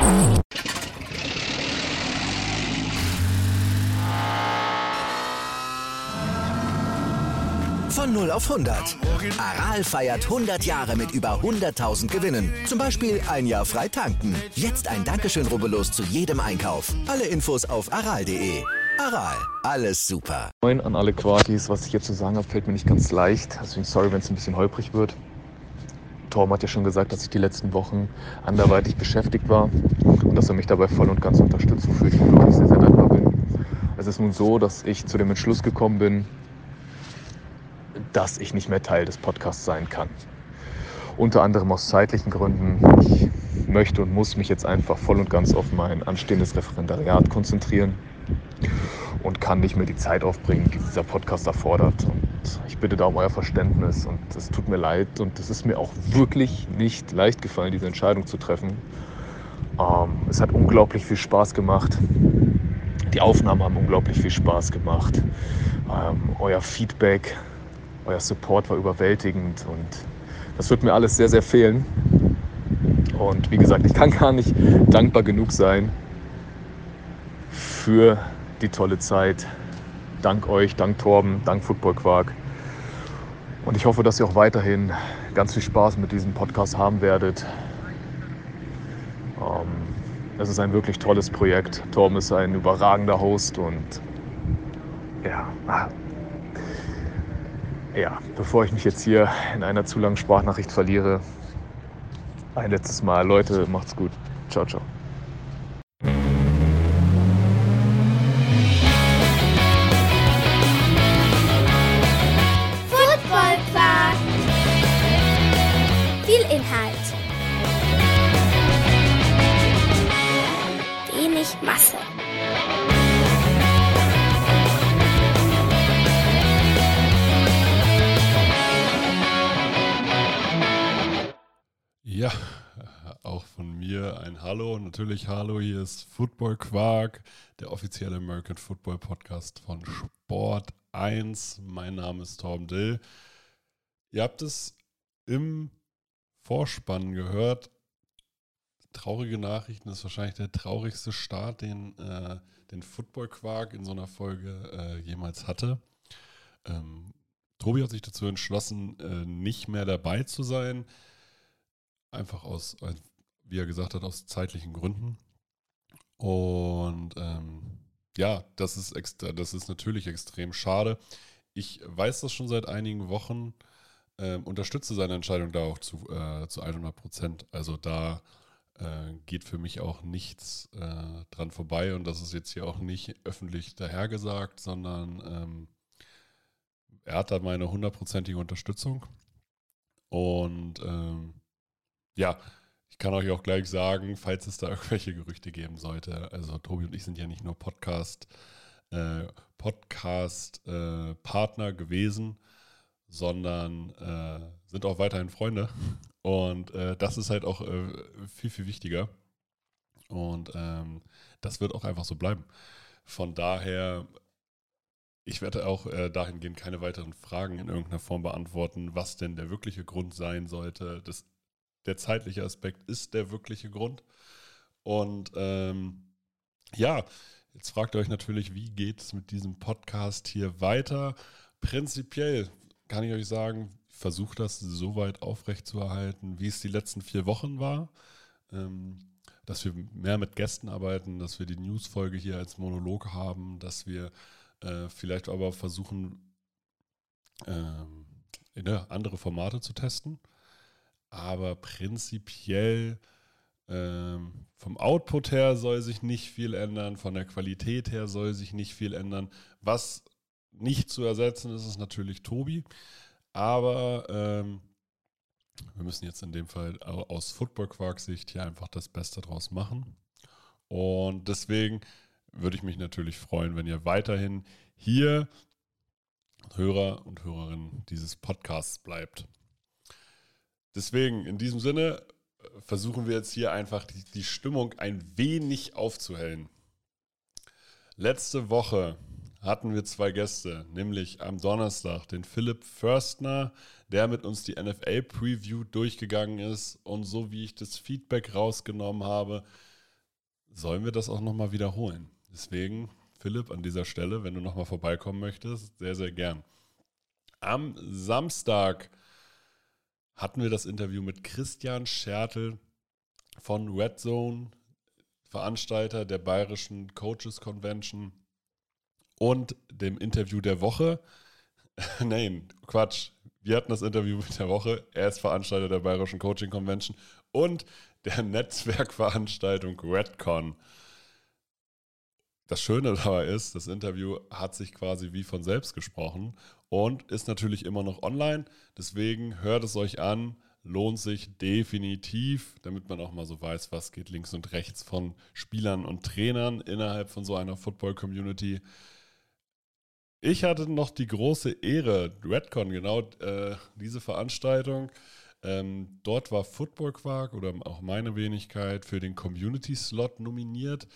Von 0 auf 100. Aral feiert 100 Jahre mit über 100.000 Gewinnen. Zum Beispiel ein Jahr frei tanken. Jetzt ein Dankeschön, rubbellos zu jedem Einkauf. Alle Infos auf aral.de. Aral, alles super. Moin an alle Quarkis. Was ich jetzt zu sagen habe, fällt mir nicht ganz leicht. Deswegen sorry, wenn es ein bisschen holprig wird. Torben hat ja schon gesagt, dass ich die letzten Wochen anderweitig beschäftigt war und dass er mich dabei voll und ganz unterstützt, wofür ich ihm wirklich sehr, sehr dankbar bin. Es ist nun so, dass ich zu dem Entschluss gekommen bin, dass ich nicht mehr Teil des Podcasts sein kann. Unter anderem aus zeitlichen Gründen. Ich möchte und muss mich jetzt einfach voll und ganz auf mein anstehendes Referendariat konzentrieren und kann nicht mehr die Zeit aufbringen, die dieser Podcast erfordert. Und ich bitte da um euer Verständnis und es tut mir leid und es ist mir auch wirklich nicht leicht gefallen, diese Entscheidung zu treffen. Es hat unglaublich viel Spaß gemacht. Die Aufnahmen haben unglaublich viel Spaß gemacht. Euer Feedback, euer Support war überwältigend und das wird mir alles sehr, sehr fehlen. Und wie gesagt, ich kann gar nicht dankbar genug sein für die tolle Zeit. Dank euch, dank Torben, dank Football Quark. Und ich hoffe, dass ihr auch weiterhin ganz viel Spaß mit diesem Podcast haben werdet. Es ist ein wirklich tolles Projekt. Torben ist ein überragender Host und bevor ich mich jetzt hier in einer zu langen Sprachnachricht verliere, ein letztes Mal. Leute, macht's gut. Ciao, ciao. Football Quark. Viel Inhalt. Wenig Masse. Ja, auch von mir ein Hallo. Natürlich Hallo, hier ist Football Quark, der offizielle American Football Podcast von Sport 1. Mein Name ist Torben Dill. Ihr habt es im Vorspann gehört. Traurige Nachrichten, das ist wahrscheinlich der traurigste Start, den Football Quark in so einer Folge jemals hatte. Tobi hat sich dazu entschlossen, nicht mehr dabei zu sein. Einfach aus, wie er gesagt hat, aus zeitlichen Gründen. Und das ist natürlich extrem schade. Ich weiß das schon seit einigen Wochen, unterstütze seine Entscheidung da auch zu 100%. Also da geht für mich auch nichts dran vorbei. Und das ist jetzt hier auch nicht öffentlich dahergesagt, sondern er hat da meine 100%ige Unterstützung. Und ich kann euch auch gleich sagen, falls es da irgendwelche Gerüchte geben sollte, also Tobi und ich sind ja nicht nur Podcast-Partner gewesen, sondern sind auch weiterhin Freunde und das ist halt auch viel, viel wichtiger und das wird auch einfach so bleiben. Von daher, ich werde auch dahingehend keine weiteren Fragen in irgendeiner Form beantworten, was denn der wirkliche Grund sein sollte. Der zeitliche Aspekt ist der wirkliche Grund. Und jetzt fragt ihr euch natürlich, wie geht es mit diesem Podcast hier weiter? Prinzipiell kann ich euch sagen, ich versuche das so weit aufrechtzuerhalten, wie es die letzten 4 Wochen war. Dass wir mehr mit Gästen arbeiten, dass wir die Newsfolge hier als Monolog haben, dass wir vielleicht aber versuchen, andere Formate zu testen. Aber prinzipiell vom Output her soll sich nicht viel ändern, von der Qualität her soll sich nicht viel ändern. Was nicht zu ersetzen ist, ist natürlich Tobi. Aber wir müssen jetzt in dem Fall aus Football-Quark-Sicht hier einfach das Beste draus machen. Und deswegen würde ich mich natürlich freuen, wenn ihr weiterhin hier Hörer und Hörerinnen dieses Podcasts bleibt. Deswegen, in diesem Sinne, versuchen wir jetzt hier einfach die Stimmung ein wenig aufzuhellen. Letzte Woche hatten wir 2 Gäste, nämlich am Donnerstag den Philipp Förstner, der mit uns die NFL-Preview durchgegangen ist. Und so wie ich das Feedback rausgenommen habe, sollen wir das auch nochmal wiederholen. Deswegen, Philipp, an dieser Stelle, wenn du nochmal vorbeikommen möchtest, sehr, sehr gern. Am Samstag hatten wir das Interview mit Christian Schertl von Red Zone, Veranstalter der Bayerischen Coaches Convention und dem Interview der Woche. Nein, Quatsch. Wir hatten das Interview mit der Woche. Er ist Veranstalter der Bayerischen Coaching Convention und der Netzwerkveranstaltung Redcon. Das Schöne dabei ist, das Interview hat sich quasi wie von selbst gesprochen und ist natürlich immer noch online. Deswegen hört es euch an, lohnt sich definitiv, damit man auch mal so weiß, was geht links und rechts von Spielern und Trainern innerhalb von so einer Football-Community. Ich hatte noch die große Ehre, Redcon, genau diese Veranstaltung. Dort war Football Quark oder auch meine Wenigkeit für den Community-Slot nominiert.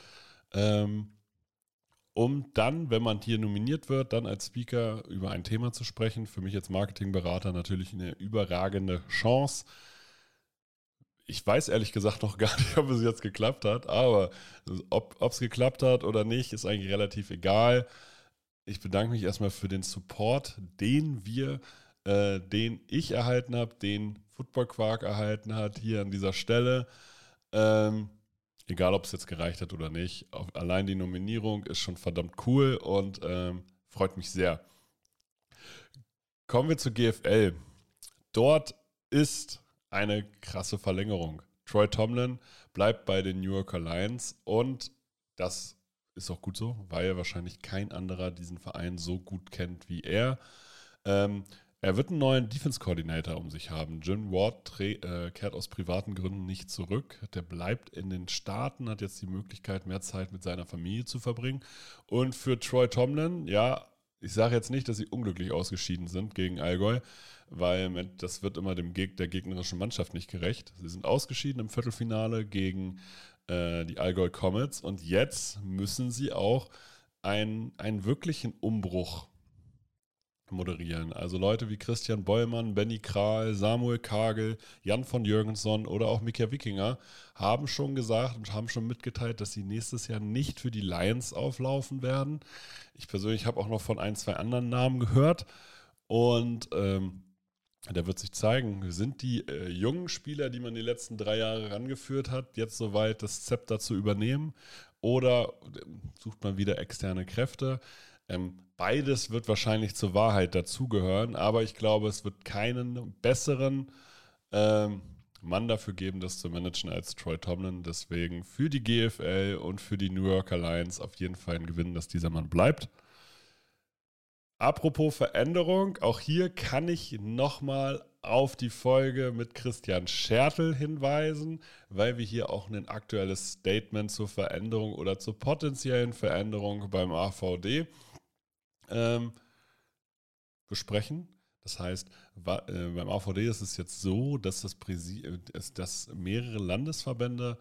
Um dann, wenn man hier nominiert wird, dann als Speaker über ein Thema zu sprechen. Für mich als Marketingberater natürlich eine überragende Chance. Ich weiß ehrlich gesagt noch gar nicht, ob es jetzt geklappt hat, aber ob es geklappt hat oder nicht, ist eigentlich relativ egal. Ich bedanke mich erstmal für den Support, den ich erhalten habe, den Football Quark erhalten hat, hier an dieser Stelle. Egal, ob es jetzt gereicht hat oder nicht. Allein die Nominierung ist schon verdammt cool und freut mich sehr. Kommen wir zur GFL. Dort ist eine krasse Verlängerung. Troy Tomlin bleibt bei den New Yorker Lions und das ist auch gut so, weil wahrscheinlich kein anderer diesen Verein so gut kennt wie er. Er wird einen neuen Defense-Coordinator um sich haben. Jim Ward kehrt aus privaten Gründen nicht zurück. Der bleibt in den Staaten, hat jetzt die Möglichkeit, mehr Zeit mit seiner Familie zu verbringen. Und für Troy Tomlin, ja, ich sage jetzt nicht, dass sie unglücklich ausgeschieden sind gegen Allgäu, weil das wird immer der gegnerischen Mannschaft nicht gerecht. Sie sind ausgeschieden im Viertelfinale gegen die Allgäu Comets und jetzt müssen sie auch einen wirklichen Umbruch moderieren. Also Leute wie Christian Bollmann, Benny Kral, Samuel Kagel, Jan von Jürgenson oder auch Mika Wickinger haben schon gesagt und haben schon mitgeteilt, dass sie nächstes Jahr nicht für die Lions auflaufen werden. Ich persönlich habe auch noch von 1, 2 anderen Namen gehört und da wird sich zeigen, sind die jungen Spieler, die man die letzten 3 Jahre rangeführt hat, jetzt soweit das Zepter zu übernehmen oder sucht man wieder externe Kräfte? Beides wird wahrscheinlich zur Wahrheit dazugehören, aber ich glaube, es wird keinen besseren Mann dafür geben, das zu managen als Troy Tomlin. Deswegen für die GFL und für die New Yorker Lions auf jeden Fall ein Gewinn, dass dieser Mann bleibt. Apropos Veränderung, auch hier kann ich nochmal auf die Folge mit Christian Schertl hinweisen, weil wir hier auch ein aktuelles Statement zur Veränderung oder zur potenziellen Veränderung beim AVD besprechen. Das heißt, beim AVD ist es jetzt so, dass dass mehrere Landesverbände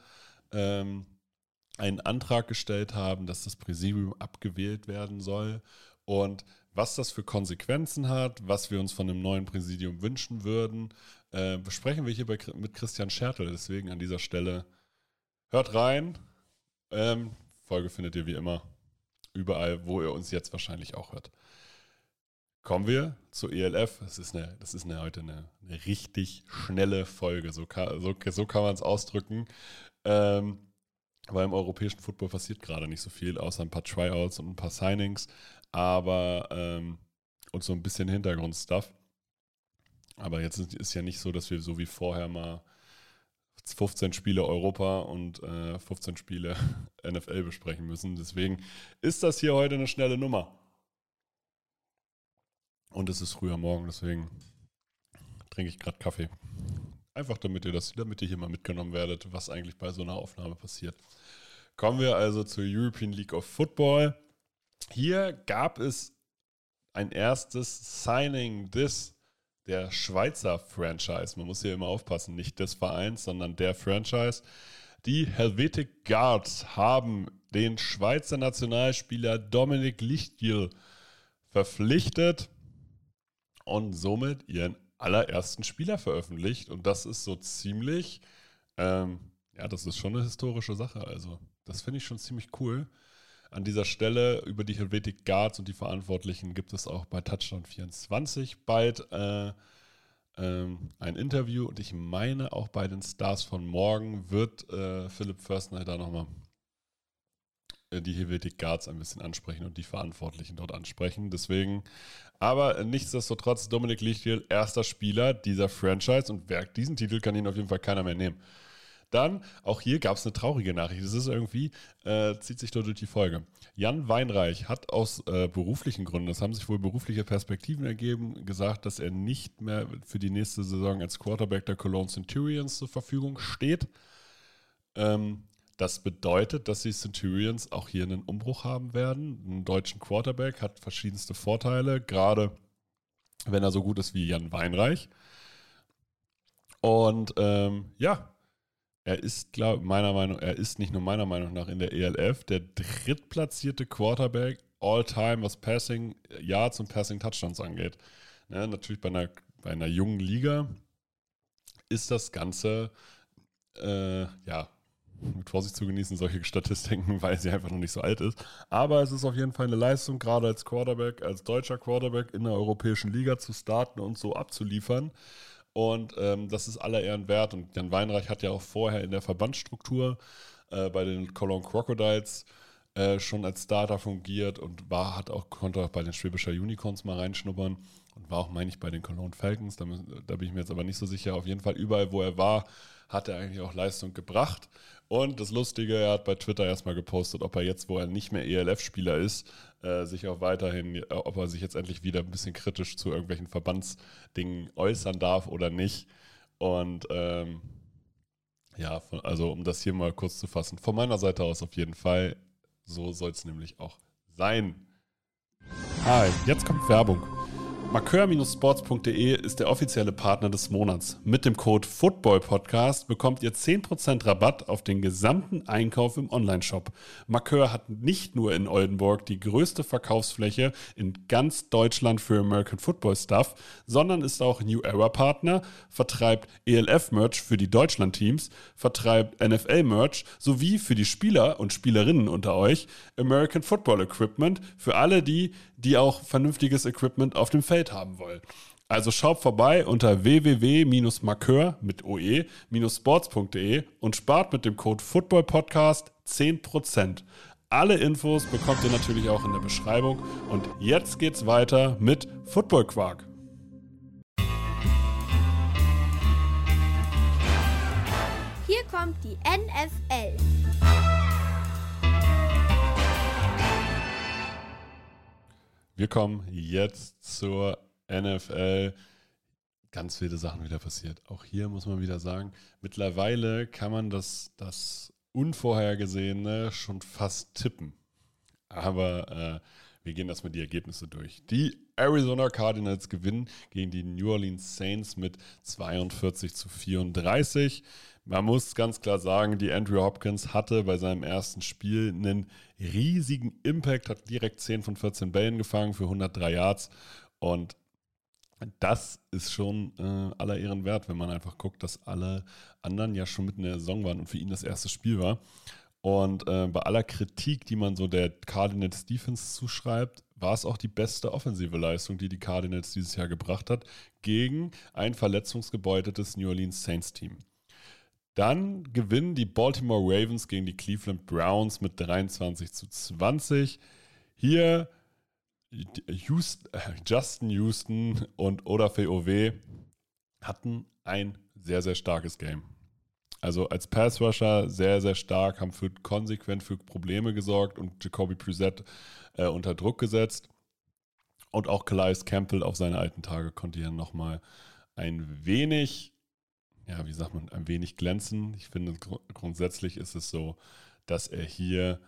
einen Antrag gestellt haben, dass das Präsidium abgewählt werden soll und was das für Konsequenzen hat, was wir uns von einem neuen Präsidium wünschen würden, besprechen wir hier mit Christian Schertl. Deswegen an dieser Stelle hört rein. Folge findet ihr wie immer überall, wo ihr uns jetzt wahrscheinlich auch hört. Kommen wir zur ELF. Das ist heute eine richtig schnelle Folge. So kann man es ausdrücken. Weil im europäischen Football passiert gerade nicht so viel, außer ein paar Tryouts und ein paar Signings. Aber und so ein bisschen Hintergrundstuff. Aber jetzt ist ja nicht so, dass wir so wie vorher mal 15 Spiele Europa und 15 Spiele NFL besprechen müssen. Deswegen ist das hier heute eine schnelle Nummer. Und es ist früher Morgen, deswegen trinke ich gerade Kaffee. Einfach damit ihr hier mal mitgenommen werdet, was eigentlich bei so einer Aufnahme passiert. Kommen wir also zur European League of Football. Hier gab es ein erstes Signing der Schweizer Franchise. Man muss hier immer aufpassen, nicht des Vereins, sondern der Franchise. Die Helvetic Guards haben den Schweizer Nationalspieler Dominik Lichtgil verpflichtet und somit ihren allerersten Spieler veröffentlicht. Und das ist so ziemlich Ja, das ist schon eine historische Sache. Also, das finde ich schon ziemlich cool. An dieser Stelle über die Helvetic Guards und die Verantwortlichen gibt es auch bei Touchdown 24 bald ein Interview. Und ich meine, auch bei den Stars von morgen wird Philipp Förstner da nochmal die Helvetic Guards ein bisschen ansprechen und die Verantwortlichen dort ansprechen. Deswegen, aber nichtsdestotrotz, Dominik Lichtl, erster Spieler dieser Franchise und diesen Titel kann ihn auf jeden Fall keiner mehr nehmen. Dann, auch hier gab es eine traurige Nachricht. Das ist irgendwie, zieht sich dort durch die Folge. Jan Weinreich hat aus beruflichen Gründen, das haben sich wohl berufliche Perspektiven ergeben, gesagt, dass er nicht mehr für die nächste Saison als Quarterback der Cologne Centurions zur Verfügung steht. Das bedeutet, dass die Centurions auch hier einen Umbruch haben werden. Ein deutschen Quarterback hat verschiedenste Vorteile, gerade wenn er so gut ist wie Jan Weinreich. Und er ist, er ist nicht nur meiner Meinung nach in der ELF der drittplatzierte Quarterback all-time, was Passing Yards und Passing Touchdowns angeht. Ja, natürlich bei einer jungen Liga ist das Ganze, mit Vorsicht zu genießen, solche Statistiken, weil sie einfach noch nicht so alt ist. Aber es ist auf jeden Fall eine Leistung, gerade als Quarterback, als deutscher Quarterback in der europäischen Liga zu starten und so abzuliefern. Und das ist aller Ehren wert. Und Jan Weinreich hat ja auch vorher in der Verbandsstruktur bei den Cologne Crocodiles schon als Starter fungiert und konnte auch bei den Schwäbischer Unicorns mal reinschnuppern und war auch, meine ich, bei den Cologne Falcons. Da bin ich mir jetzt aber nicht so sicher. Auf jeden Fall überall, wo er war, hat er eigentlich auch Leistung gebracht. Und das Lustige, er hat bei Twitter erstmal gepostet, ob er jetzt, wo er nicht mehr ELF-Spieler ist, sich auch weiterhin, ob er sich jetzt endlich wieder ein bisschen kritisch zu irgendwelchen Verbandsdingen äußern darf oder nicht. Und also um das hier mal kurz zu fassen, von meiner Seite aus auf jeden Fall, so soll es nämlich auch sein. Hi, jetzt kommt Werbung. Markeur-sports.de ist der offizielle Partner des Monats. Mit dem Code FOOTBALLPODCAST bekommt ihr 10% Rabatt auf den gesamten Einkauf im Onlineshop. Markeur hat nicht nur in Oldenburg die größte Verkaufsfläche in ganz Deutschland für American Football Stuff, sondern ist auch New Era Partner, vertreibt ELF-Merch für die Deutschland-Teams, vertreibt NFL-Merch sowie für die Spieler und Spielerinnen unter euch American Football Equipment für alle die auch vernünftiges Equipment auf dem Feld haben wollen. Also schaut vorbei unter www.markeur-sports.de und spart mit dem Code FOOTBALLPODCAST 10%. Alle Infos bekommt ihr natürlich auch in der Beschreibung. Und jetzt geht's weiter mit Football Quark. Hier kommt die NFL. Wir kommen jetzt zur NFL. Ganz viele Sachen wieder passiert. Auch hier muss man wieder sagen, mittlerweile kann man das Unvorhergesehene schon fast tippen. Aber wir gehen erstmal die Ergebnisse durch. Die Arizona Cardinals gewinnen gegen die New Orleans Saints mit 42-34. Man muss ganz klar sagen, die Andrew Hopkins hatte bei seinem ersten Spiel einen riesigen Impact, hat direkt 10 von 14 Bällen gefangen für 103 Yards und das ist schon aller Ehren wert, wenn man einfach guckt, dass alle anderen ja schon mitten in der Saison waren und für ihn das erste Spiel war. Und bei aller Kritik, die man so der Cardinals Defense zuschreibt, war es auch die beste offensive Leistung, die Cardinals dieses Jahr gebracht hat, gegen ein verletzungsgebeutetes New Orleans Saints Team. Dann gewinnen die Baltimore Ravens gegen die Cleveland Browns mit 23-20. Hier Justin Houston und Odafe Oweh hatten ein sehr, sehr starkes Game. Also als Pass-Rusher sehr, sehr stark, haben konsequent für Probleme gesorgt und Jacoby Brissett unter Druck gesetzt. Und auch Calais Campbell auf seine alten Tage konnte hier nochmal ein wenig glänzen. Ich finde, grundsätzlich ist es so, dass er hier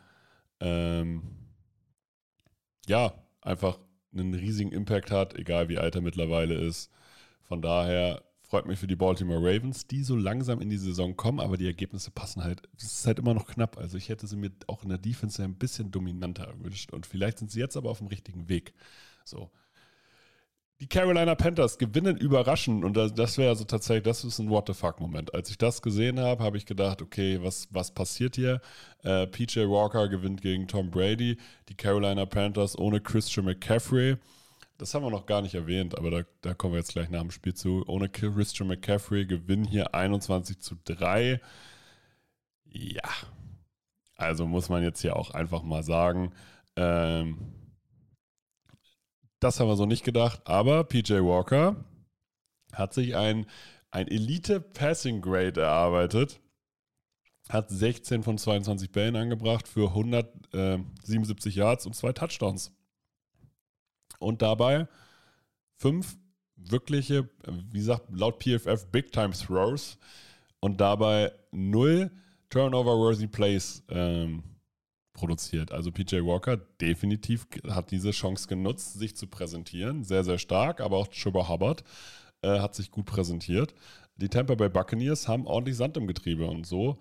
einfach einen riesigen Impact hat, egal wie alt er mittlerweile ist. Von daher freut mich für die Baltimore Ravens, die so langsam in die Saison kommen, aber die Ergebnisse passen halt. Es ist halt immer noch knapp. Also ich hätte sie mir auch in der Defense ein bisschen dominanter erwünscht und vielleicht sind sie jetzt aber auf dem richtigen Weg. So. Die Carolina Panthers gewinnen überraschend und das wäre also tatsächlich, das ist ein What-the-fuck-Moment. Als ich das gesehen habe, habe ich gedacht, okay, was passiert hier? PJ Walker gewinnt gegen Tom Brady, die Carolina Panthers ohne Christian McCaffrey. Das haben wir noch gar nicht erwähnt, aber da kommen wir jetzt gleich nach dem Spiel zu. Ohne Christian McCaffrey gewinnen hier 21-3. Ja, also muss man jetzt hier auch einfach mal sagen, das haben wir so nicht gedacht, aber PJ Walker hat sich ein Elite-Passing-Grade erarbeitet, hat 16 von 22 Bällen angebracht für 177 Yards und 2 Touchdowns. Und dabei 5 wirkliche, wie gesagt, laut PFF Big-Time-Throws und dabei 0 Turnover-worthy Plays produziert. Also PJ Walker definitiv hat diese Chance genutzt, sich zu präsentieren. Sehr, sehr stark, aber auch Chuba Hubbard hat sich gut präsentiert. Die Tampa Bay Buccaneers haben ordentlich Sand im Getriebe und so.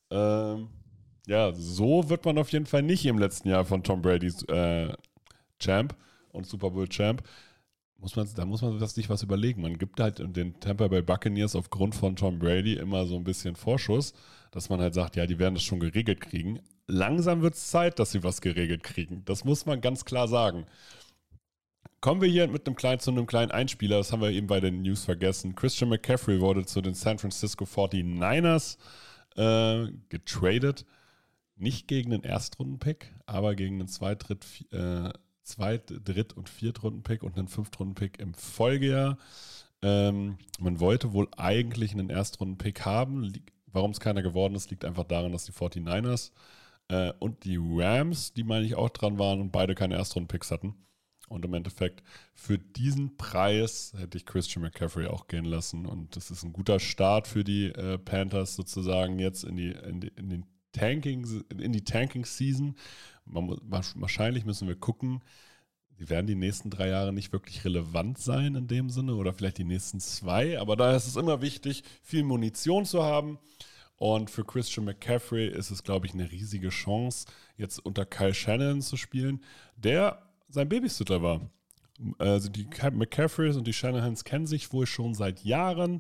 So wird man auf jeden Fall nicht im letzten Jahr von Tom Brady's Champ und Super Bowl Champ. Da muss man sich was überlegen. Man gibt halt den Tampa Bay Buccaneers aufgrund von Tom Brady immer so ein bisschen Vorschuss, dass man halt sagt, ja, die werden das schon geregelt kriegen. Langsam wird es Zeit, dass sie was geregelt kriegen. Das muss man ganz klar sagen. Kommen wir hier zu einem kleinen Einspieler. Das haben wir eben bei den News vergessen. Christian McCaffrey wurde zu den San Francisco 49ers getradet. Nicht gegen den Erstrunden-Pick, aber gegen einen Dritt- und Viertrunden-Pick und einen Fünftrunden-Pick im Folgejahr. Man wollte wohl eigentlich einen Erstrunden-Pick haben. Warum es keiner geworden ist, liegt einfach daran, dass die 49ers und die Rams, die meine ich auch dran waren und beide keine Erstrunden-Picks hatten. Und im Endeffekt für diesen Preis hätte ich Christian McCaffrey auch gehen lassen. Und das ist ein guter Start für die Panthers sozusagen jetzt in die Tanking-Season. Wahrscheinlich müssen wir gucken, die werden die nächsten 3 Jahre nicht wirklich relevant sein in dem Sinne oder vielleicht die nächsten 2. Aber da ist es immer wichtig, viel Munition zu haben. Und für Christian McCaffrey ist es, glaube ich, eine riesige Chance, jetzt unter Kyle Shanahan zu spielen, der sein Babysitter war. Also die McCaffreys und die Shanahans kennen sich wohl schon seit Jahren.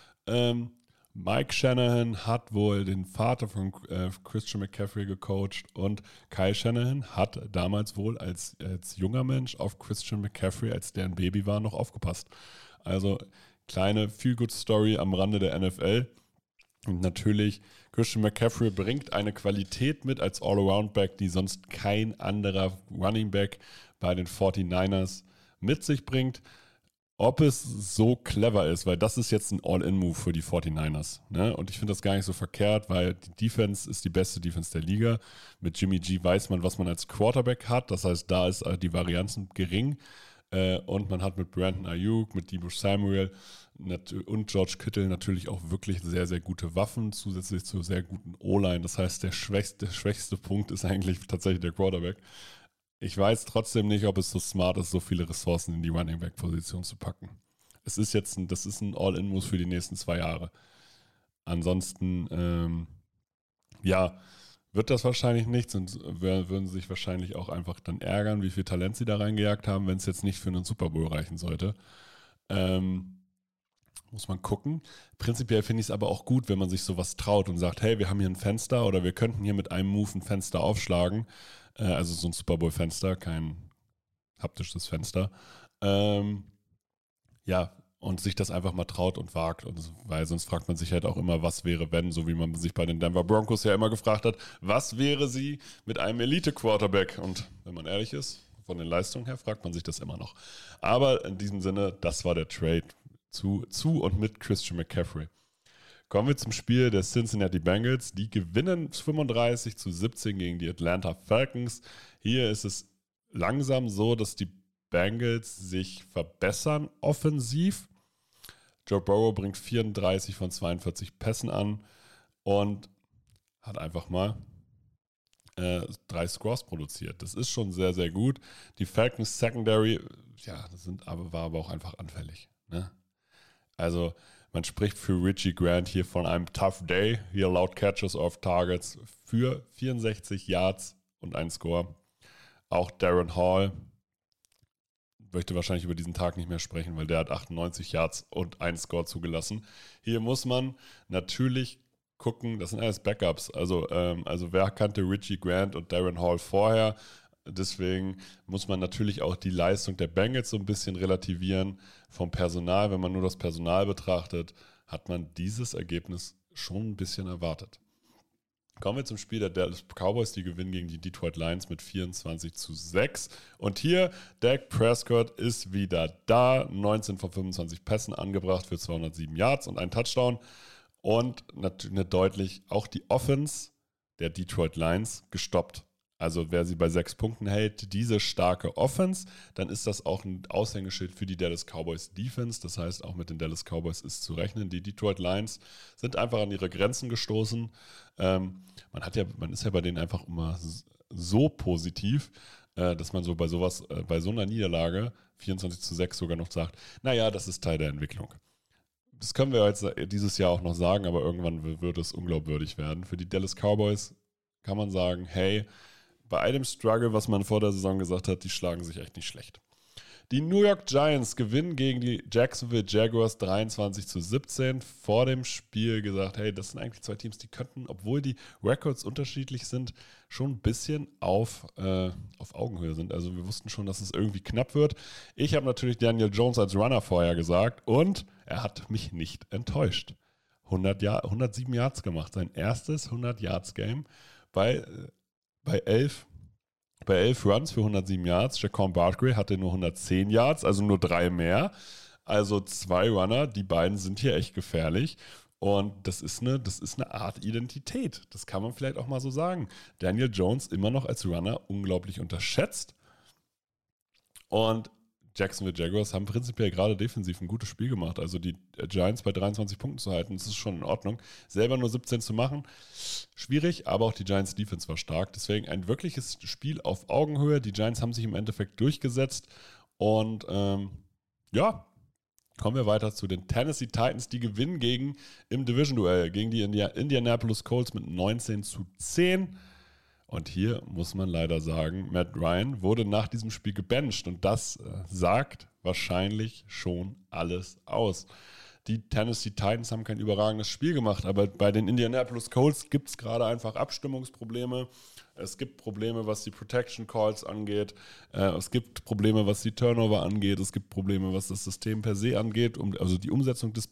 Mike Shanahan hat wohl den Vater von Christian McCaffrey gecoacht und Kyle Shanahan hat damals wohl als junger Mensch auf Christian McCaffrey, als der ein Baby war, noch aufgepasst. Also kleine Feel-Good-Story am Rande der NFL. Und natürlich, Christian McCaffrey bringt eine Qualität mit als All-Around-Back, die sonst kein anderer Running-Back bei den 49ers mit sich bringt. Ob es so clever ist, weil das ist jetzt ein All-In-Move für die 49ers. Ne? Und ich finde das gar nicht so verkehrt, weil die Defense ist die beste Defense der Liga. Mit Jimmy G weiß man, was man als Quarterback hat. Das heißt, da ist die Varianzen gering. Und man hat mit Brandon Ayuk, mit Deebo Samuel und George Kittle natürlich auch wirklich sehr, sehr gute Waffen, zusätzlich zu sehr guten O-Line. Das heißt, der schwächste Punkt ist eigentlich tatsächlich der Quarterback. Ich weiß trotzdem nicht, ob es so smart ist, so viele Ressourcen in die Running-Back-Position zu packen. Das ist ein All-In-Muss für die nächsten 2 Jahre. Ansonsten, wird das wahrscheinlich nichts und würden sich wahrscheinlich auch einfach dann ärgern, wie viel Talent sie da reingejagt haben, wenn es jetzt nicht für einen Super Bowl reichen sollte. Muss man gucken. Prinzipiell finde ich es aber auch gut, wenn man sich sowas traut und sagt, hey, wir haben hier ein Fenster oder wir könnten hier mit einem Move ein Fenster aufschlagen. Also so ein Super Bowl-Fenster, kein haptisches Fenster. Und sich das einfach mal traut und wagt. Weil sonst fragt man sich halt auch immer, was wäre, wenn, so wie man sich bei den Denver Broncos ja immer gefragt hat, was wäre sie mit einem Elite-Quarterback? Und wenn man ehrlich ist, von den Leistungen her, fragt man sich das immer noch. Aber in diesem Sinne, das war der Trade zu und mit Christian McCaffrey. Kommen wir zum Spiel der Cincinnati Bengals. Die gewinnen 35-17 gegen die Atlanta Falcons. Hier ist es langsam so, dass die Bengals sich verbessern offensiv. Joe Burrow bringt 34 von 42 Pässen an und hat einfach mal 3 Scores produziert. Das ist schon sehr, sehr gut. Die Falcons Secondary, war aber auch einfach anfällig. Ne? Also man spricht für Richie Grant hier von einem Tough Day. Hier laut Catches off Targets für 64 Yards und ein Score. Auch Darren Hall möchte wahrscheinlich über diesen Tag nicht mehr sprechen, weil der hat 98 Yards und einen Score zugelassen. Hier muss man natürlich gucken, das sind alles Backups. Also wer kannte Richie Grant und Darren Hall vorher? Deswegen muss man natürlich auch die Leistung der Bengals so ein bisschen relativieren vom Personal. Wenn man nur das Personal betrachtet, hat man dieses Ergebnis schon ein bisschen erwartet. Kommen wir zum Spiel der Dallas Cowboys, die gewinnen gegen die Detroit Lions mit 24-6. Und hier, Dak Prescott ist wieder da, 19 von 25 Pässen angebracht für 207 Yards und einen Touchdown. Und natürlich deutlich auch die Offense der Detroit Lions gestoppt. Also wer sie bei 6 Punkten hält, diese starke Offense, dann ist das auch ein Aushängeschild für die Dallas Cowboys Defense. Das heißt, auch mit den Dallas Cowboys ist zu rechnen. Die Detroit Lions sind einfach an ihre Grenzen gestoßen. Man ist ja bei denen einfach immer so positiv, dass man so bei so einer Niederlage, 24-6 sogar noch sagt, naja, das ist Teil der Entwicklung. Das können wir jetzt dieses Jahr auch noch sagen, aber irgendwann wird es unglaubwürdig werden. Für die Dallas Cowboys kann man sagen, hey, bei all dem Struggle, was man vor der Saison gesagt hat, die schlagen sich echt nicht schlecht. Die New York Giants gewinnen gegen die Jacksonville Jaguars 23-17. Vor dem Spiel gesagt, hey, das sind eigentlich 2 Teams, die könnten, obwohl die Records unterschiedlich sind, schon ein bisschen auf Augenhöhe sind. Also wir wussten schon, dass es irgendwie knapp wird. Ich habe natürlich Daniel Jones als Runner vorher gesagt und er hat mich nicht enttäuscht. 107 Yards gemacht, sein erstes 100-Yards-Game bei 11 Runs für 107 Yards. Jaquan Barkley hatte nur 110 Yards, also nur 3 mehr. Also 2 Runner, die beiden sind hier echt gefährlich. Und das ist eine Art Identität. Das kann man vielleicht auch mal so sagen. Daniel Jones immer noch als Runner unglaublich unterschätzt. Und Jacksonville Jaguars haben prinzipiell gerade defensiv ein gutes Spiel gemacht. Also die Giants bei 23 Punkten zu halten, das ist schon in Ordnung. Selber nur 17 zu machen, schwierig, aber auch die Giants Defense war stark. Deswegen ein wirkliches Spiel auf Augenhöhe. Die Giants haben sich im Endeffekt durchgesetzt. Und kommen wir weiter zu den Tennessee Titans. Die gewinnen im Division-Duell gegen die Indianapolis Colts mit 19-10. Und hier muss man leider sagen, Matt Ryan wurde nach diesem Spiel gebencht und das sagt wahrscheinlich schon alles aus. Die Tennessee Titans haben kein überragendes Spiel gemacht, aber bei den Indianapolis Colts gibt es gerade einfach Abstimmungsprobleme. Es gibt Probleme, was die Protection Calls angeht. Es gibt Probleme, was die Turnover angeht. Es gibt Probleme, was das System per se angeht, also die Umsetzung des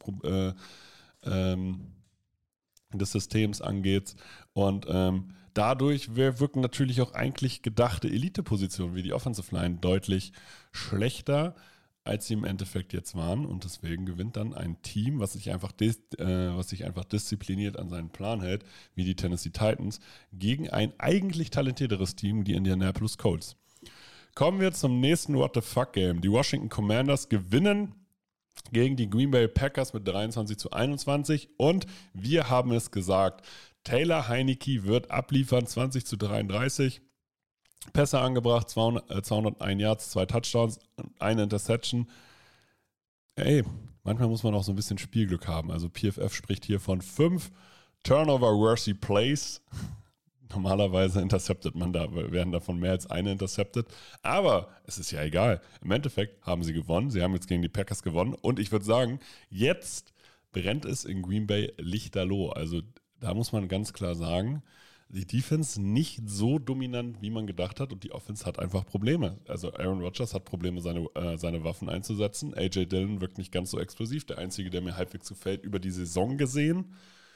Systems angeht. Und dadurch wirken natürlich auch eigentlich gedachte Elite-Positionen wie die Offensive Line deutlich schlechter, als sie im Endeffekt jetzt waren. Und deswegen gewinnt dann ein Team, was sich einfach diszipliniert an seinen Plan hält, wie die Tennessee Titans, gegen ein eigentlich talentierteres Team, die Indianapolis Colts. Kommen wir zum nächsten What the Fuck Game. Die Washington Commanders gewinnen gegen die Green Bay Packers mit 23-21 und wir haben es gesagt, Taylor Heinicke wird abliefern, 20-33, Pässe angebracht, 201 Yards, 2 Touchdowns, eine Interception. Ey, manchmal muss man auch so ein bisschen Spielglück haben. Also PFF spricht hier von 5 Turnover-worthy Plays. Normalerweise werden davon mehr als eine intercepted. Aber es ist ja egal. Im Endeffekt haben sie gewonnen. Sie haben jetzt gegen die Packers gewonnen. Und ich würde sagen, jetzt brennt es in Green Bay lichterloh. Also da muss man ganz klar sagen, die Defense nicht so dominant, wie man gedacht hat. Und die Offense hat einfach Probleme. Also Aaron Rodgers hat Probleme, seine Waffen einzusetzen. AJ Dillon wirkt nicht ganz so explosiv. Der Einzige, der mir halbwegs gefällt, über die Saison gesehen,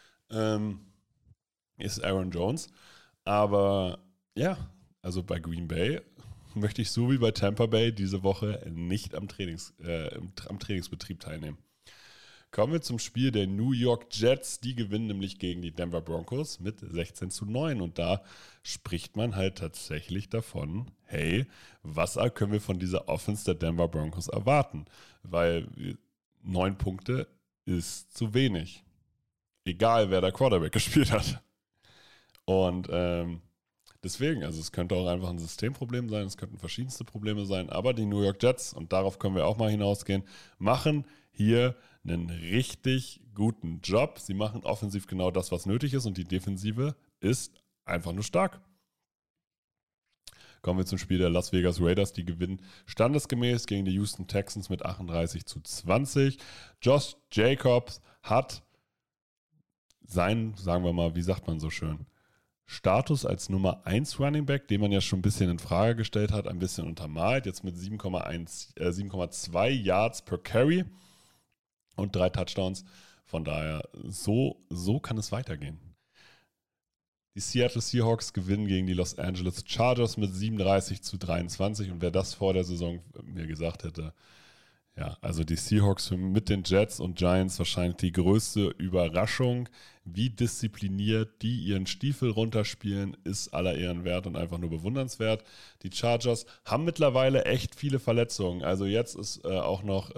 ist Aaron Jones. Aber ja, also bei Green Bay möchte ich so wie bei Tampa Bay diese Woche nicht am Trainingsbetrieb teilnehmen. Kommen wir zum Spiel der New York Jets. Die gewinnen nämlich gegen die Denver Broncos mit 16-9. Und da spricht man halt tatsächlich davon, hey, was können wir von dieser Offense der Denver Broncos erwarten? Weil 9 Punkte ist zu wenig. Egal, wer der Quarterback gespielt hat. Und deswegen, also es könnte auch einfach ein Systemproblem sein, es könnten verschiedenste Probleme sein, aber die New York Jets, und darauf können wir auch mal hinausgehen, machen hier einen richtig guten Job. Sie machen offensiv genau das, was nötig ist und die Defensive ist einfach nur stark. Kommen wir zum Spiel der Las Vegas Raiders. Die gewinnen standesgemäß gegen die Houston Texans mit 38-20. Josh Jacobs hat seinen, sagen wir mal, wie sagt man so schön, Status als Nummer 1 Running Back, den man ja schon ein bisschen in Frage gestellt hat, ein bisschen untermalt. Jetzt mit 7,2 Yards per Carry und 3 Touchdowns. Von daher, so kann es weitergehen. Die Seattle Seahawks gewinnen gegen die Los Angeles Chargers mit 37-23. Und wer das vor der Saison mir gesagt hätte, ja, also die Seahawks mit den Jets und Giants wahrscheinlich die größte Überraschung. Wie diszipliniert die ihren Stiefel runterspielen, ist aller Ehren wert und einfach nur bewundernswert. Die Chargers haben mittlerweile echt viele Verletzungen. Also jetzt ist auch noch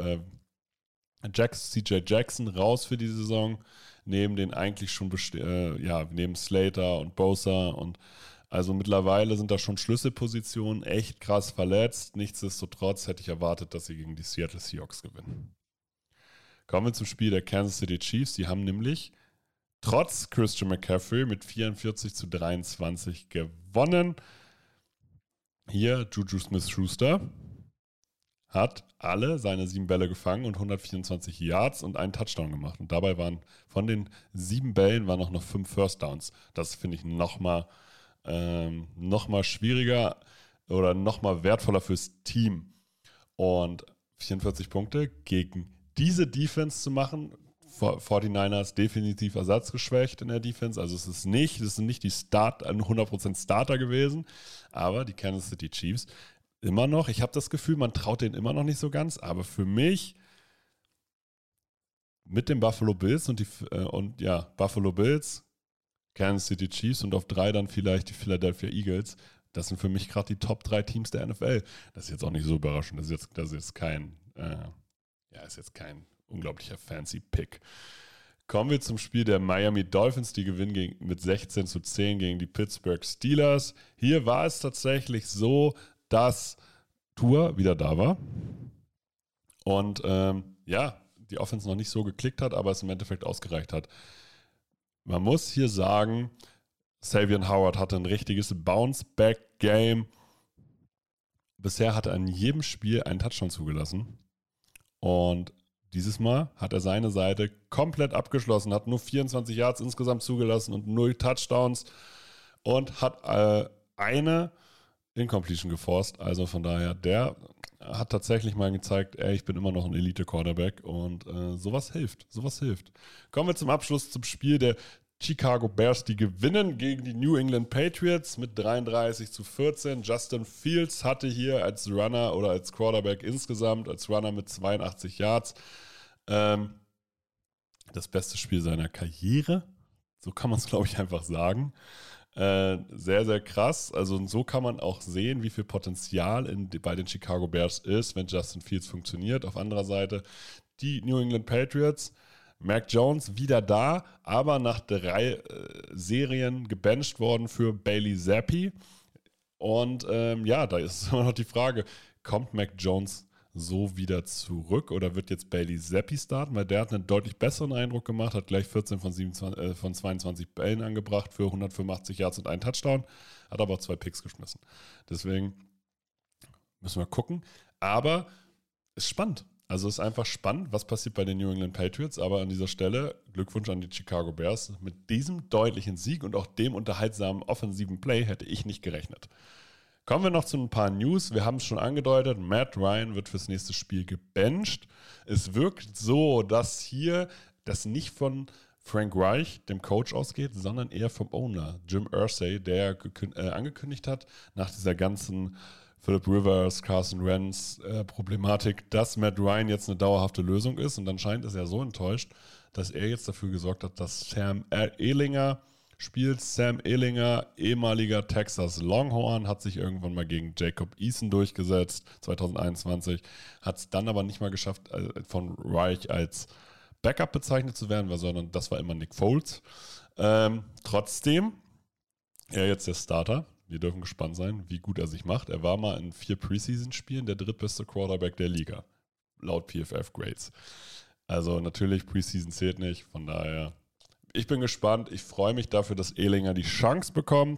CJ Jackson raus für die Saison, neben den eigentlich schon neben Slater und Bosa, und also mittlerweile sind da schon Schlüsselpositionen echt krass verletzt. Nichtsdestotrotz hätte ich erwartet, dass sie gegen die Seattle Seahawks gewinnen. Kommen wir zum Spiel der Kansas City Chiefs. Die haben nämlich trotz Christian McCaffrey mit 44-23 gewonnen. Hier Juju Smith-Schuster hat alle seine 7 Bälle gefangen und 124 Yards und einen Touchdown gemacht. Und dabei waren von den 7 Bällen waren auch noch 5 First Downs. Das finde ich nochmal schwieriger oder nochmal wertvoller fürs Team. Und 44 Punkte gegen diese Defense zu machen, 49ers definitiv ersatzgeschwächt in der Defense. Also es sind nicht die 100% Starter gewesen, aber die Kansas City Chiefs immer noch. Ich habe das Gefühl, man traut denen immer noch nicht so ganz, aber für mich mit den Buffalo Bills Buffalo Bills, Kansas City Chiefs und auf 3 dann vielleicht die Philadelphia Eagles. Das sind für mich gerade die Top 3 Teams der NFL. Das ist jetzt auch nicht so überraschend. Das ist jetzt kein unglaublicher fancy Pick. Kommen wir zum Spiel der Miami Dolphins. Die gewinnen mit 16-10 gegen die Pittsburgh Steelers. Hier war es tatsächlich so, dass Tua wieder da war. Und die Offense noch nicht so geklickt hat, aber es im Endeffekt ausgereicht hat. Man muss hier sagen, Xavier Howard hatte ein richtiges Bounce-Back-Game. Bisher hat er in jedem Spiel einen Touchdown zugelassen. Und dieses Mal hat er seine Seite komplett abgeschlossen, hat nur 24 Yards insgesamt zugelassen und 0 Touchdowns und hat eine Incompletion geforst. Also von daher, der hat tatsächlich mal gezeigt, ich bin immer noch ein Elite-Quarterback und sowas hilft. Kommen wir zum Abschluss zum Spiel der Chicago Bears. Die gewinnen gegen die New England Patriots mit 33-14. Justin Fields hatte hier als Runner oder als Quarterback insgesamt, als Runner mit 82 Yards das beste Spiel seiner Karriere. So kann man es, glaube ich, einfach sagen. Sehr, sehr krass. Also so kann man auch sehen, wie viel Potenzial bei den Chicago Bears ist, wenn Justin Fields funktioniert. Auf anderer Seite die New England Patriots. Mac Jones wieder da, aber nach 3 Serien gebencht worden für Bailey Zappi. Und da ist immer noch die Frage, kommt Mac Jones so wieder zurück oder wird jetzt Bailey Zappi starten? Weil der hat einen deutlich besseren Eindruck gemacht, hat gleich 14 von 22 Bällen angebracht für 185 Yards und einen Touchdown, hat aber auch 2 Picks geschmissen. Deswegen müssen wir gucken. Aber es ist spannend. Also es ist einfach spannend, was passiert bei den New England Patriots. Aber an dieser Stelle Glückwunsch an die Chicago Bears. Mit diesem deutlichen Sieg und auch dem unterhaltsamen offensiven Play hätte ich nicht gerechnet. Kommen wir noch zu ein paar News. Wir haben es schon angedeutet, Matt Ryan wird fürs nächste Spiel gebencht. Es wirkt so, dass hier das nicht von Frank Reich, dem Coach, ausgeht, sondern eher vom Owner, Jim Irsay, der angekündigt hat, nach dieser ganzen Philip Rivers, Carson Wentz Problematik, dass Matt Ryan jetzt eine dauerhafte Lösung ist. Und dann scheint es ja so enttäuscht, dass er jetzt dafür gesorgt hat, dass Sam Ehlinger spielt. Sam Ehlinger, ehemaliger Texas Longhorn, hat sich irgendwann mal gegen Jacob Eason durchgesetzt, 2021, hat es dann aber nicht mal geschafft, von Reich als Backup bezeichnet zu werden, sondern das war immer Nick Foles. Trotzdem, er jetzt der Starter. Wir dürfen gespannt sein, wie gut er sich macht. Er war mal in 4 Preseason-Spielen der drittbeste Quarterback der Liga, laut PFF-Grades. Also natürlich, Preseason zählt nicht, von daher, ich bin gespannt. Ich freue mich dafür, dass Ehlinger die Chance bekommt.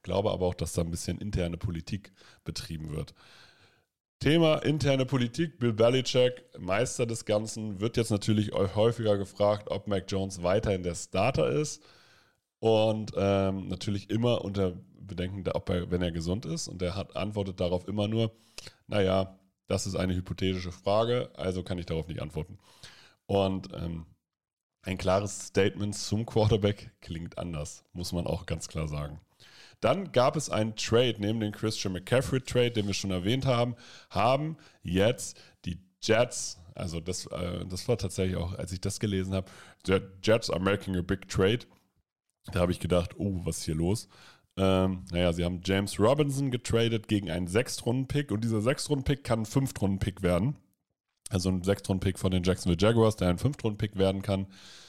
glaube aber auch, dass da ein bisschen interne Politik betrieben wird. Thema interne Politik, Bill Belichick, Meister des Ganzen, wird jetzt natürlich häufiger gefragt, ob Mac Jones weiterhin der Starter ist und natürlich immer unter Bedenken, wenn er gesund ist, und er antwortet darauf immer nur, naja, das ist eine hypothetische Frage, also kann ich darauf nicht antworten. Und ein klares Statement zum Quarterback klingt anders, muss man auch ganz klar sagen. Dann gab es einen Trade, neben dem Christian McCaffrey-Trade, den wir schon erwähnt haben jetzt die Jets, also das war tatsächlich auch, als ich das gelesen habe, the Jets are making a big trade. Da habe ich gedacht, oh, was ist hier los? Sie haben James Robinson getradet gegen einen 6-Runden-Pick und dieser 6-Runden-Pick kann ein 5-Runden-Pick werden. Also ein 6-Runden-Pick von den Jacksonville Jaguars, der ein 5-Runden-Pick werden kann.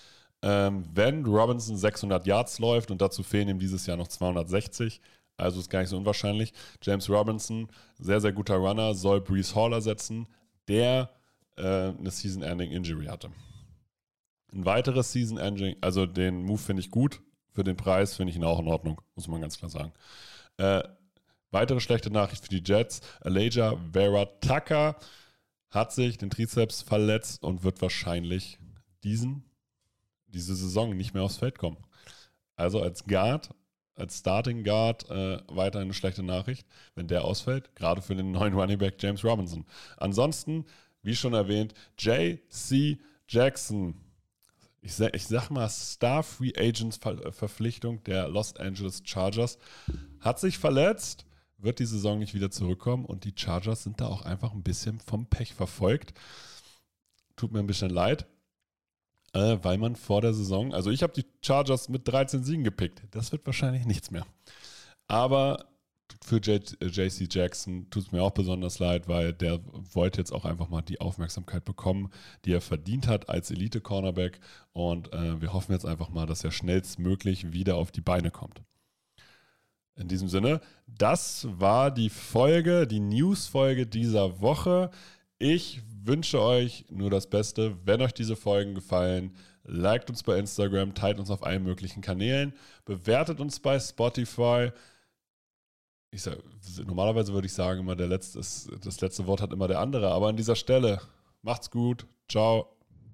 Wenn Robinson 600 Yards läuft und dazu fehlen ihm dieses Jahr noch 260, also ist gar nicht so unwahrscheinlich. James Robinson, sehr, sehr guter Runner, soll Breece Hall ersetzen, der eine Season-Ending-Injury hatte. Ein weiteres Season-Ending, also den Move finde ich gut, für den Preis finde ich ihn auch in Ordnung, muss man ganz klar sagen. Weitere schlechte Nachricht für die Jets, Elijah Vera Tucker hat sich den Trizeps verletzt und wird wahrscheinlich diese Saison nicht mehr aufs Feld kommen. Also als Starting Guard weiter eine schlechte Nachricht, wenn der ausfällt, gerade für den neuen Running Back James Robinson. Ansonsten, wie schon erwähnt, J.C. Jackson, ich sag mal Star Free Agents Verpflichtung der Los Angeles Chargers, hat sich verletzt, wird die Saison nicht wieder zurückkommen und die Chargers sind da auch einfach ein bisschen vom Pech verfolgt. Tut mir ein bisschen leid. Weil man vor der Saison, also ich habe die Chargers mit 13 Siegen gepickt. Das wird wahrscheinlich nichts mehr. Aber für J.C. Jackson tut es mir auch besonders leid, weil der wollte jetzt auch einfach mal die Aufmerksamkeit bekommen, die er verdient hat als Elite-Cornerback. Und wir hoffen jetzt einfach mal, dass er schnellstmöglich wieder auf die Beine kommt. In diesem Sinne, das war die News-Folge dieser Woche. Ich wünsche euch nur das Beste. Wenn euch diese Folgen gefallen, liked uns bei Instagram, teilt uns auf allen möglichen Kanälen, bewertet uns bei Spotify. Normalerweise würde ich sagen, immer das letzte Wort hat immer der andere, aber an dieser Stelle, macht's gut, ciao.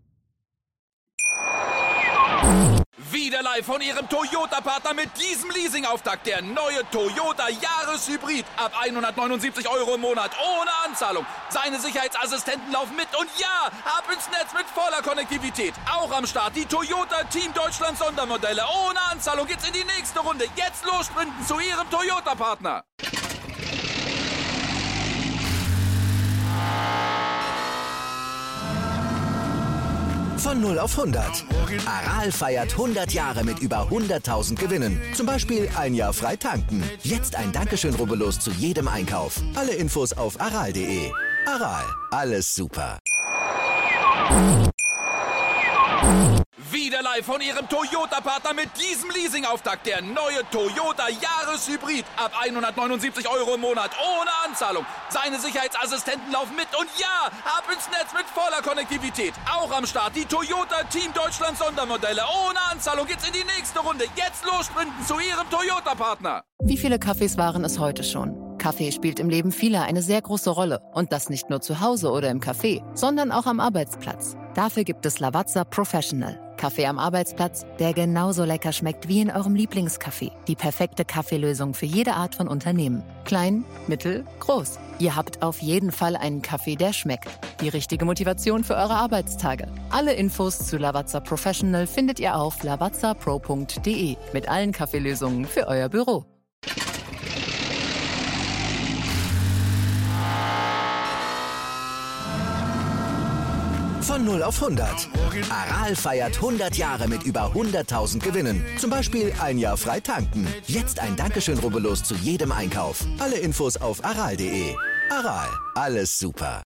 Wieder live von Ihrem Toyota-Partner mit diesem Leasing-Auftakt. Der neue Toyota Jahreshybrid. Ab 179 € im Monat. Ohne Anzahlung. Seine Sicherheitsassistenten laufen mit. Und ja, ab ins Netz mit voller Konnektivität. Auch am Start die Toyota Team Deutschland Sondermodelle. Ohne Anzahlung geht's in die nächste Runde. Jetzt los sprinten zu Ihrem Toyota-Partner. Von 0 auf 100. Aral feiert 100 Jahre mit über 100.000 Gewinnen. Zum Beispiel ein Jahr frei tanken. Jetzt ein Dankeschön, rubbellos zu jedem Einkauf. Alle Infos auf aral.de. Aral, alles super. Wieder live von Ihrem Toyota-Partner mit diesem Leasing-Auftakt. Der neue Toyota Jahreshybrid. Ab 179 € im Monat. Ohne Anzahlung. Seine Sicherheitsassistenten laufen mit. Und ja, ab ins Netz mit voller Konnektivität. Auch am Start die Toyota Team Deutschland Sondermodelle. Ohne Anzahlung geht's in die nächste Runde. Jetzt los sprinten zu Ihrem Toyota-Partner. Wie viele Kaffees waren es heute schon? Kaffee spielt im Leben vieler eine sehr große Rolle. Und das nicht nur zu Hause oder im Café, sondern auch am Arbeitsplatz. Dafür gibt es Lavazza Professional. Kaffee am Arbeitsplatz, der genauso lecker schmeckt wie in eurem Lieblingscafé. Die perfekte Kaffeelösung für jede Art von Unternehmen. Klein, mittel, groß. Ihr habt auf jeden Fall einen Kaffee, der schmeckt. Die richtige Motivation für eure Arbeitstage. Alle Infos zu Lavazza Professional findet ihr auf lavazzapro.de. Mit allen Kaffeelösungen für euer Büro. Von 0 auf 100. Aral feiert 100 Jahre mit über 100.000 Gewinnen. Zum Beispiel ein Jahr frei tanken. Jetzt ein Dankeschön, rubbellos zu jedem Einkauf. Alle Infos auf aral.de. Aral, alles super.